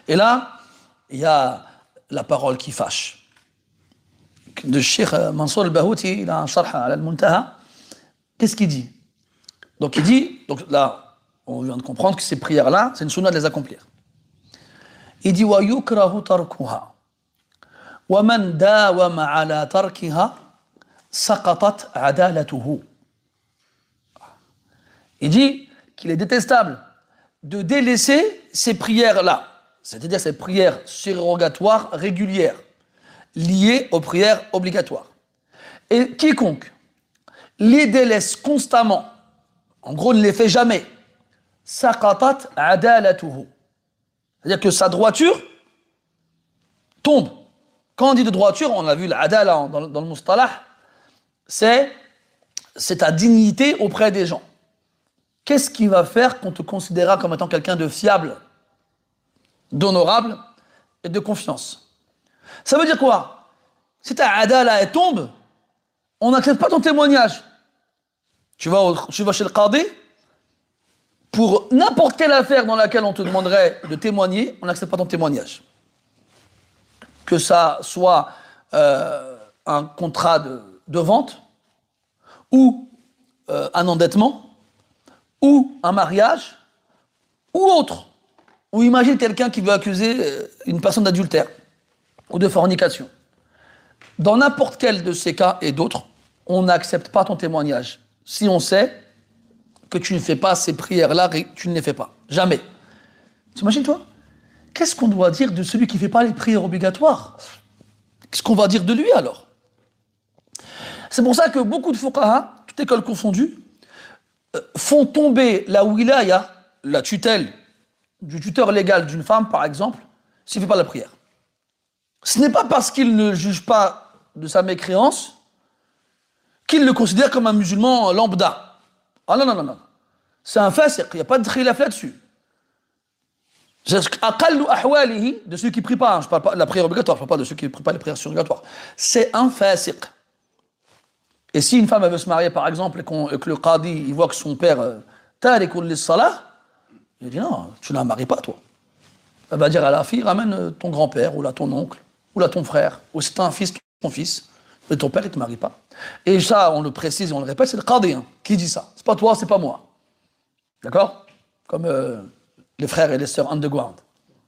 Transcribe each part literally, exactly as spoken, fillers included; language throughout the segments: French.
Et là, il y a la parole qui fâche. De Cheikh Mansour al-Bahouti, il a un sharh al-Muntaha. Qu'est-ce qu'il dit? Donc il dit, donc là, on vient de comprendre que ces prières-là, c'est une sunna de les accomplir. Il dit wa yukrahu tarkuha wa man dawama ala tarkiha saqatat adalatuhu. Il dit qu'il est détestable de délaisser ces prières-là, c'est-à-dire ces prières surrogatoires régulières, liées aux prières obligatoires. Et quiconque les délaisse constamment, en gros ne les fait jamais, saqatat adalatuhu. C'est-à-dire que sa droiture tombe. Quand on dit de droiture, on a vu l'adala dans, dans le mustalah, c'est, c'est ta dignité auprès des gens. Qu'est-ce qui va faire qu'on te considérera comme étant quelqu'un de fiable, d'honorable et de confiance? Ça veut dire quoi? Si ta adala elle tombe, on n'accepte pas ton témoignage. Tu vas, au, tu vas chez le qadi, pour n'importe quelle affaire dans laquelle on te demanderait de témoigner, on n'accepte pas ton témoignage. Que ça soit euh, un contrat de, de vente, ou euh, un endettement, ou un mariage, ou autre. Ou imagine quelqu'un qui veut accuser une personne d'adultère, ou de fornication. Dans n'importe quel de ces cas et d'autres, on n'accepte pas ton témoignage. Si on sait que tu ne fais pas ces prières-là, tu ne les fais pas. Jamais. T'imagines, toi? Qu'est-ce qu'on doit dire de celui qui ne fait pas les prières obligatoires? Qu'est-ce qu'on va dire de lui, alors? C'est pour ça que beaucoup de fuqaha, toute école confondue, font tomber la wilaya, la tutelle du tuteur légal d'une femme, par exemple, s'il ne fait pas la prière. Ce n'est pas parce qu'il ne juge pas de sa mécréance qu'il le considère comme un musulman lambda. Ah non, non, non, non. C'est un fasiq, il n'y a pas de khilaf là-dessus. Aqallu ahwalihi, de ceux qui ne prient pas, hein, je ne parle pas de la prière obligatoire, je ne parle pas de ceux qui ne prient pas les prières surrogatoires. C'est un fasiq. Et si une femme elle veut se marier, par exemple, et, et que le qadi il voit que son père tarikul lis-salah, il dit non, tu ne la maries pas, toi. Elle va dire à la fille, ramène ton grand-père, ou là ton oncle, ou là ton frère, ou c'est un fils, ton fils, mais ton père il ne te marie pas. Et ça, on le précise et on le répète, c'est le qadi hein, qui dit ça. C'est pas toi, c'est pas moi. D'accord? Comme euh, les frères et les sœurs underground.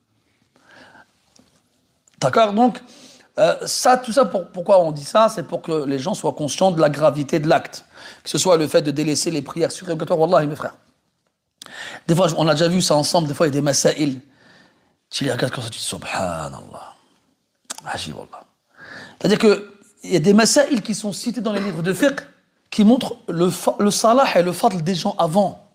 D'accord? Donc, euh, ça, tout ça, pour, pourquoi on dit ça? C'est pour que les gens soient conscients de la gravité de l'acte. Que ce soit le fait de délaisser les prières surrogatoires, wallahi, mes frères. Des fois, on a déjà vu ça ensemble, des fois, il y a des masaïl. Tu les regardes comme ça, tu te dis, subhanallah. Ajib, wallah. C'est-à-dire que il y a des masaïl qui sont cités dans les livres de fiqh qui montrent le, le salah et le fadl des gens avant.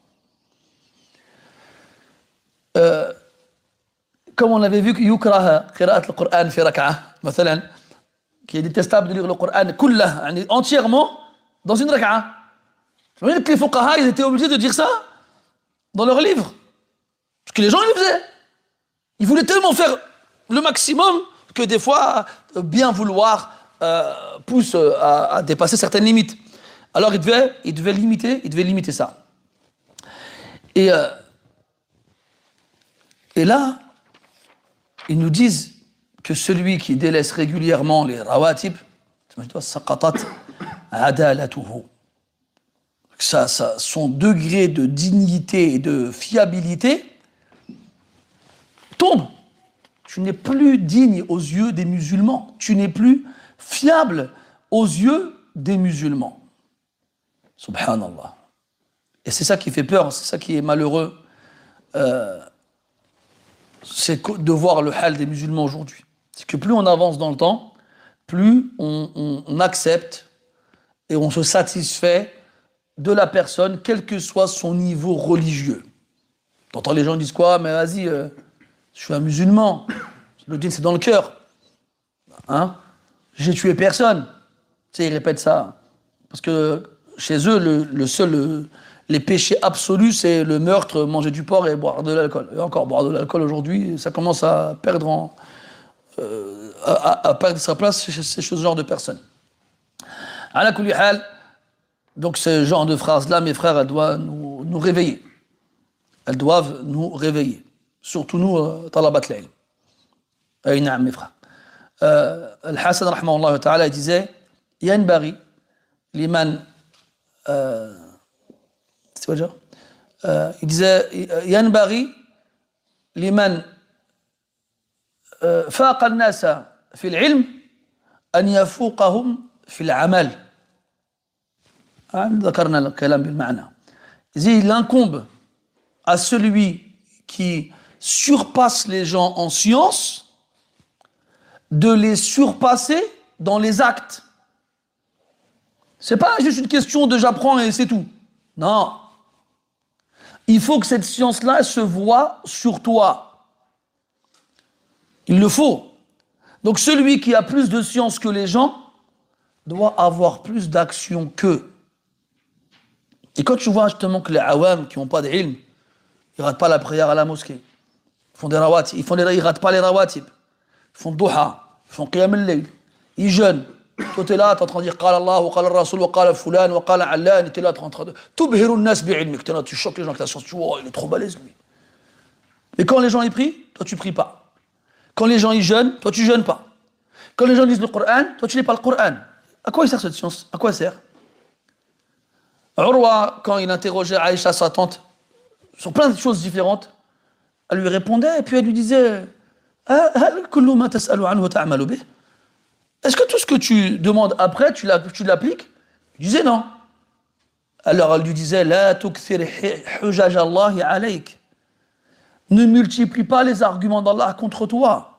Euh, comme on avait vu que yukraha qira'at al-Qur'an fi rak'ah, مثلا, qui est détestable de lire le Coran kullah, entièrement dans une rak'ah. Vous voyez que les fuqaha, ils étaient obligés de dire ça dans leurs livres. Parce que les gens, ils le faisaient. Ils voulaient tellement faire le maximum que des fois, bien vouloir euh, pousse à, à dépasser certaines limites. Alors, ils devaient, ils devaient limiter, ils devaient limiter ça. Et, euh, et là, ils nous disent que celui qui délaisse régulièrement les rawatib, saqatat adalatuhu. Ça, ça, son degré de dignité et de fiabilité tombe. Tu n'es plus digne aux yeux des musulmans. Tu n'es plus fiable aux yeux des musulmans. Subhanallah. Et c'est ça qui fait peur, c'est ça qui est malheureux. Euh, c'est de voir le hal des musulmans aujourd'hui. C'est que plus on avance dans le temps, plus on, on, on accepte et on se satisfait de la personne, quel que soit son niveau religieux. T'entends les gens disent quoi? Mais vas-y, euh, je suis un musulman. Le dîn, c'est dans le cœur. Hein? J'ai tué personne. Tu sais, ils répètent ça. Parce que chez eux, le, le seul, le, les péchés absolus, c'est le meurtre, manger du porc et boire de l'alcool. Et encore, boire de l'alcool aujourd'hui, ça commence à perdre, en, euh, à, à perdre sa place chez, chez ce genre de personnes. Ala kulli hal, donc ce genre de phrases-là, mes frères, elles doivent nous, nous réveiller. Elles doivent nous réveiller. Surtout nous, euh, talabat al-ilm. أي نعم mes frères. Euh, Al-Hassan rahmahullah ta'ala disait ينبغي لمن euh, c'est quoi déjà euh, il disait ينبغي لمن فاق الناس في العلم أن يفوقهم في العمل. ذكرنا الكلام بالمعنى. Il incombe à celui qui surpasse les gens en science de les surpasser dans les actes. C'est pas juste une question de j'apprends et c'est tout. Non. Il faut que cette science-là se voie sur toi. Il le faut. Donc celui qui a plus de science que les gens doit avoir plus d'action qu'eux. Et quand tu vois justement que les awam qui n'ont pas d'ilm, ils ne ratent pas la prière à la mosquée, ils font des rawatib, ils ne ratent pas les rawatib, ils font duha, ils font qiyam al-layl, ils jeûnent. Toi tu es là, tu es en train de dire qala Allah, wa qala Rasul, wa qala Fulan, wa qala Allan, tu es là, tu es en train de tubhiru an-nas bi'ilmik, tu es là, tu choques les gens avec ta science, tu vois, oh, il est trop balèze lui. Et quand les gens y prient, toi tu pries pas. Quand les gens y jeûnent, toi tu jeûnes pas. Quand les gens lisent le Coran, toi tu lis pas le Coran. À quoi il sert cette science? À quoi elle sert? Urwa, quand il interrogeait Aïcha, sa tante, sur plein de choses différentes, elle lui répondait et puis elle lui disait est-ce que tout ce que tu demandes après, tu l'appliques? Il disait non. Alors elle lui disait la tukthir hujaj Allah alayk. Ne multiplie pas les arguments d'Allah contre toi.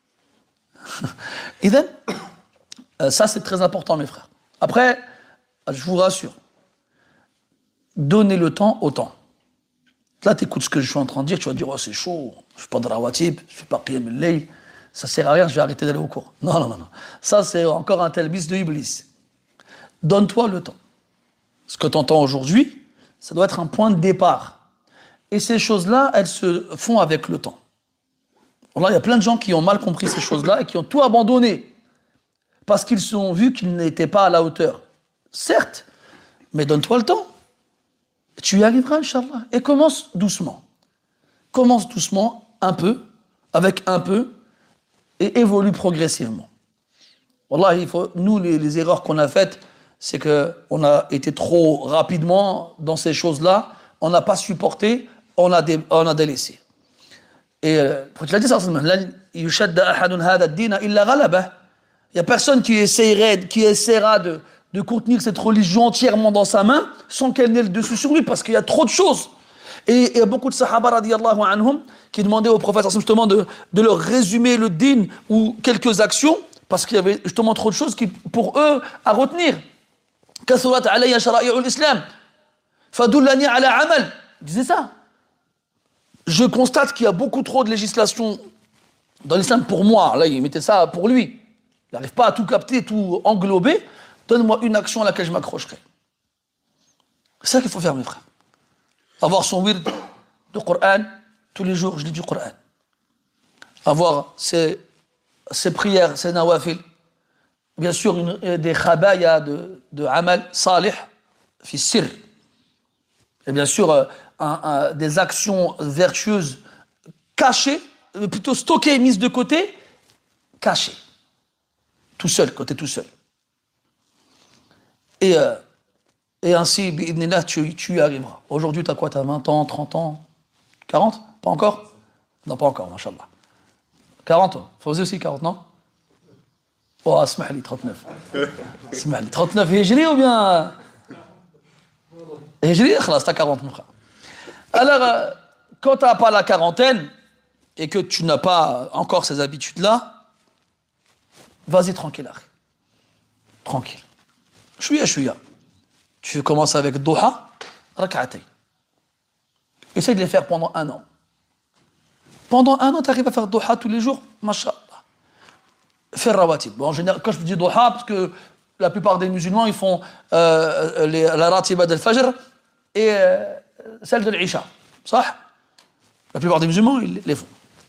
Et then, ça c'est très important mes frères. Après, je vous rassure, donnez le temps au temps. Là, tu écoutes ce que je suis en train de dire, tu vas dire, oh, c'est chaud, je ne fais pas de rawatib, je ne fais pas qiyam al-layl, ça ne sert à rien, je vais arrêter d'aller au cours. Non, non, non, non. Ça, c'est encore un talbis de Iblis. Donne-toi le temps. Ce que tu entends aujourd'hui, ça doit être un point de départ. Et ces choses-là, elles se font avec le temps. Là, il y a plein de gens qui ont mal compris ces choses-là et qui ont tout abandonné parce qu'ils ont vu qu'ils n'étaient pas à la hauteur. Certes, mais donne-toi le temps. Tu y arriveras, Inch'Allah. Et commence doucement. Commence doucement, un peu, avec un peu, et évolue progressivement. Wallah, il faut, nous, les, les erreurs qu'on a faites, c'est qu'on a été trop rapidement dans ces choses-là, on n'a pas supporté, on a, dé, on a délaissé. Et euh, tu l'as dit, il n'y a personne qui essaierait, qui essaiera de, de contenir cette religion entièrement dans sa main sans qu'elle n'ait le dessus sur lui, parce qu'il y a trop de choses. Et il y a beaucoup de sahaba radiyallahu anhum qui demandaient au prophète justement de, de leur résumer le din ou quelques actions, parce qu'il y avait justement trop de choses qui, pour eux à retenir. Kathurat alayya shara'i'ul islam, fadullani ala amal. Il disait ça. Je constate qu'il y a beaucoup trop de législation dans l'islam pour moi. Là, il mettait ça pour lui. Il n'arrive pas à tout capter, tout englober. Donne-moi une action à laquelle je m'accrocherai. C'est ça qu'il faut faire, mes frères. Avoir son wird de Coran, tous les jours, je lis du Coran. Avoir ses, ses prières, ses nawafil. Bien sûr, une, des khabaya de, de amal salih, fi sir. Et bien sûr, un, un, des actions vertueuses cachées, plutôt stockées, mises de côté, cachées. Tout seul, quand tu es tout seul. Et, euh, et ainsi, tu, tu y arriveras. Aujourd'hui, tu as quoi? Tu as vingt ans, trente ans, quarante? Pas encore? Non, pas encore, machallah. quarante ans. Faisais aussi quarante, non? Oh, asmahli, trente-neuf. Asmahli, trente-neuf hijri ou bien... Hijri, khalas, t'as quarante, mon frère. Alors, euh, quand tu n'as pas la quarantaine et que tu n'as pas encore ces habitudes-là, vas-y tranquille, arrête. Tranquille. Chouïa, chouïa. Tu commences avec Doha, rak'atay. Essaye de les faire pendant un an. Pendant un an, tu arrives à faire Doha tous les jours, mashallah. Fais rawatib. Bon, en général, quand je dis Doha, parce que la plupart des musulmans, ils font euh, les, la ratiba del Fajr et euh, celle de l'Isha. Ça? La plupart des musulmans, ils les font.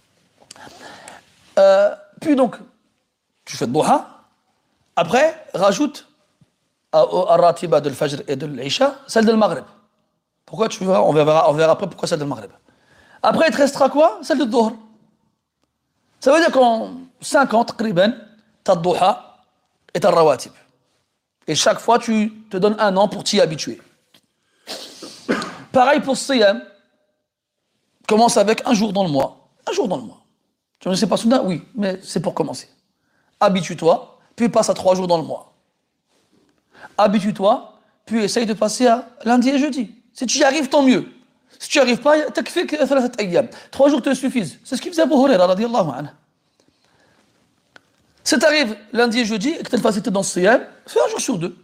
Euh, puis donc, tu fais Doha. Après, rajoute à ratiba del Fajr et de l'Isha, celle de Maghrib. Pourquoi tu verras? On verra, on verra après pourquoi celle de Maghrib. Après, il te restera quoi? Celle de Dhuhr. Ça veut dire qu'on cinquante qriban, t'as Duha et t'as Rawatib. Et chaque fois, tu te donnes un an pour t'y habituer. Pareil pour Siyam. Commence avec un jour dans le mois. Un jour dans le mois. Tu ne sais pas soudain? Oui, mais c'est pour commencer. Habitue-toi, puis passe à trois jours dans le mois. Habitue-toi, puis essaye de passer à lundi et jeudi. Si tu y arrives, tant mieux. Si tu n'y arrives pas, takfik thalathat ayyam. Trois jours te suffisent. C'est ce qu'il faisait Abu Huraira, radiyallahu anhu. Si tu arrives lundi et jeudi et que tu as une facilité dans ce siyam, fais un jour sur deux.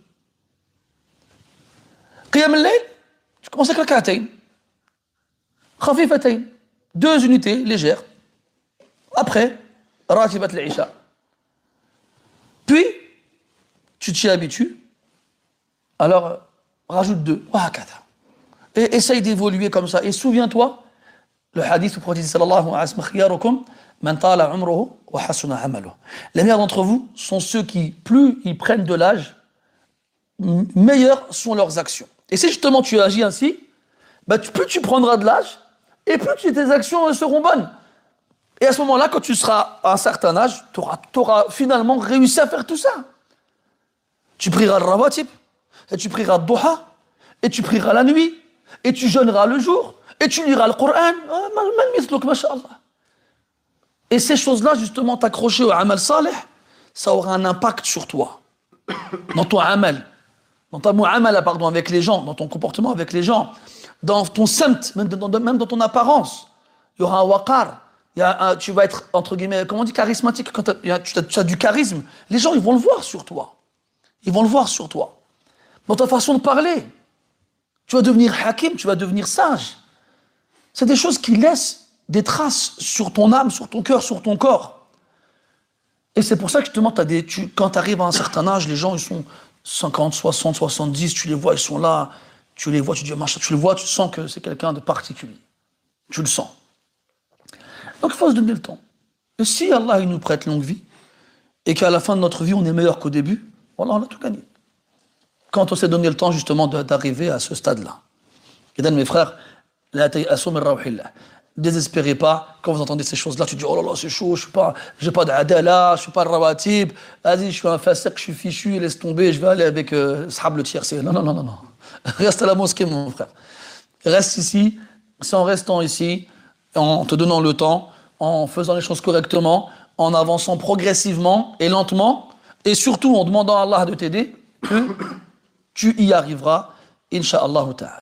Qiyam al-layl, tu commences avec rak'atayn. Khafifatayn. Deux unités légères. Après, ratibat al-isha. Puis, tu t'y habitues. Alors, rajoute deux. Et essaye d'évoluer comme ça. Et souviens-toi, le hadith du prophète sallallahu alayhi wa sallam, man tala umruhu wa hasuna amaluhu. Les meilleurs d'entre vous sont ceux qui, plus ils prennent de l'âge, meilleures sont leurs actions. Et si justement tu agis ainsi, bah, tu, plus tu prendras de l'âge, et plus tes actions seront bonnes. Et à ce moment-là, quand tu seras à un certain âge, tu auras, auras finalement réussi à faire tout ça. Tu prieras le rawatib, et tu prieras le duha, et tu prieras la nuit, et tu jeûneras le jour, et tu liras le Coran. Et ces choses-là, justement, t'accrocher au amal salih, ça aura un impact sur toi, dans ton amal, dans ta mu'amala, pardon, avec les gens, dans ton comportement avec les gens, dans ton samt, même dans, même dans ton apparence. Il y aura un waqar, il y a un, tu vas être, entre guillemets, comment on dit, charismatique, quand tu as, tu as du charisme, les gens, ils vont le voir sur toi. Ils vont le voir sur toi. Dans ta façon de parler. Tu vas devenir hakim, tu vas devenir sage. C'est des choses qui laissent des traces sur ton âme, sur ton cœur, sur ton corps. Et c'est pour ça que justement, t'as des, tu, quand tu arrives à un certain âge, les gens, ils sont cinquante, soixante, soixante-dix, tu les vois, ils sont là, tu les vois, tu dis, machin, tu le vois, tu sens que c'est quelqu'un de particulier. Tu le sens. Donc il faut se donner le temps. Et si Allah il nous prête longue vie, et qu'à la fin de notre vie, on est meilleur qu'au début, voilà, on a tout gagné. Quand on s'est donné le temps justement d'arriver à ce stade-là. Et donc mes frères, ne désespérez pas, quand vous entendez ces choses-là, tu dis, oh là là, c'est chaud, je n'ai pas d'adala, je ne suis pas le rawatib, vas-y, je suis un fasek, je suis fichu, laisse tomber, je vais aller avec euh, Sahab le tiercé. Non, non, non, non, non. Reste à la mosquée, mon frère. Reste ici, c'est en restant ici, en te donnant le temps, en faisant les choses correctement, en avançant progressivement et lentement, et surtout en demandant à Allah de t'aider, que tu y arriveras, incha'Allah ta'ala.